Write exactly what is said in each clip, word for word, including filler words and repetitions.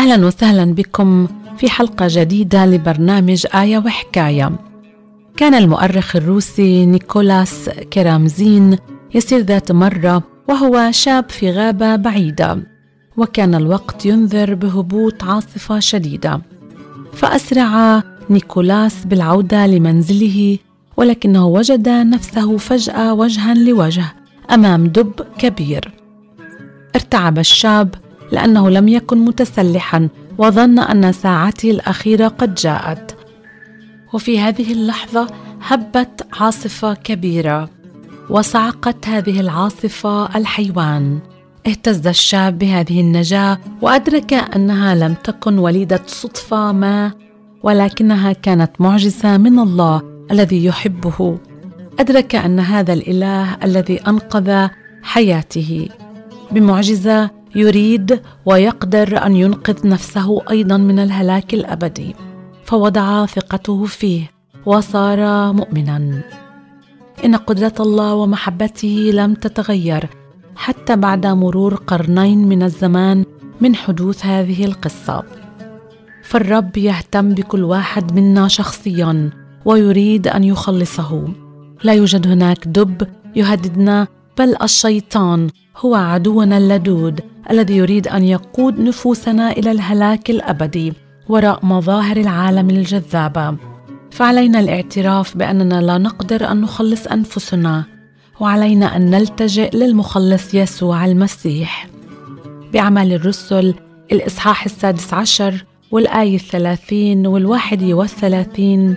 أهلا وسهلا بكم في حلقة جديدة لبرنامج آية وحكاية. كان المؤرخ الروسي نيكولاس كرامزين يسير ذات مرة وهو شاب في غابة بعيدة، وكان الوقت ينذر بهبوط عاصفة شديدة، فأسرع نيكولاس بالعودة لمنزله، ولكنه وجد نفسه فجأة وجها لوجه أمام دب كبير. ارتعب الشاب لأنه لم يكن متسلحا وظن أن ساعته الأخيرة قد جاءت، وفي هذه اللحظة هبت عاصفة كبيرة وصعقت هذه العاصفة الحيوان. اهتز الشاب بهذه النجاة وأدرك أنها لم تكن وليدة صدفة ما، ولكنها كانت معجزة من الله الذي يحبه. أدرك أن هذا الإله الذي أنقذ حياته بمعجزة يريد ويقدر أن ينقذ نفسه أيضا من الهلاك الأبدي، فوضع ثقته فيه وصار مؤمنا. إن قدرة الله ومحبته لم تتغير حتى بعد مرور قرنين من الزمان من حدوث هذه القصة، فالرب يهتم بكل واحد منا شخصيا ويريد أن يخلصه. لا يوجد هناك دب يهددنا، بل الشيطان هو عدونا اللدود الذي يريد أن يقود نفوسنا إلى الهلاك الأبدي وراء مظاهر العالم الجذابة. فعلينا الاعتراف بأننا لا نقدر أن نخلص أنفسنا، وعلينا أن نلتجئ للمخلص يسوع المسيح. بأعمال الرسل الإصحاح السادس عشر والآية الثلاثين والواحد والثلاثين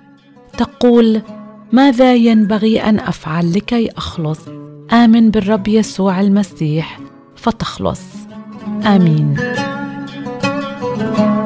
تقول: ماذا ينبغي أن أفعل لكي أخلص؟ آمن بالرب يسوع المسيح فتخلص. آمين.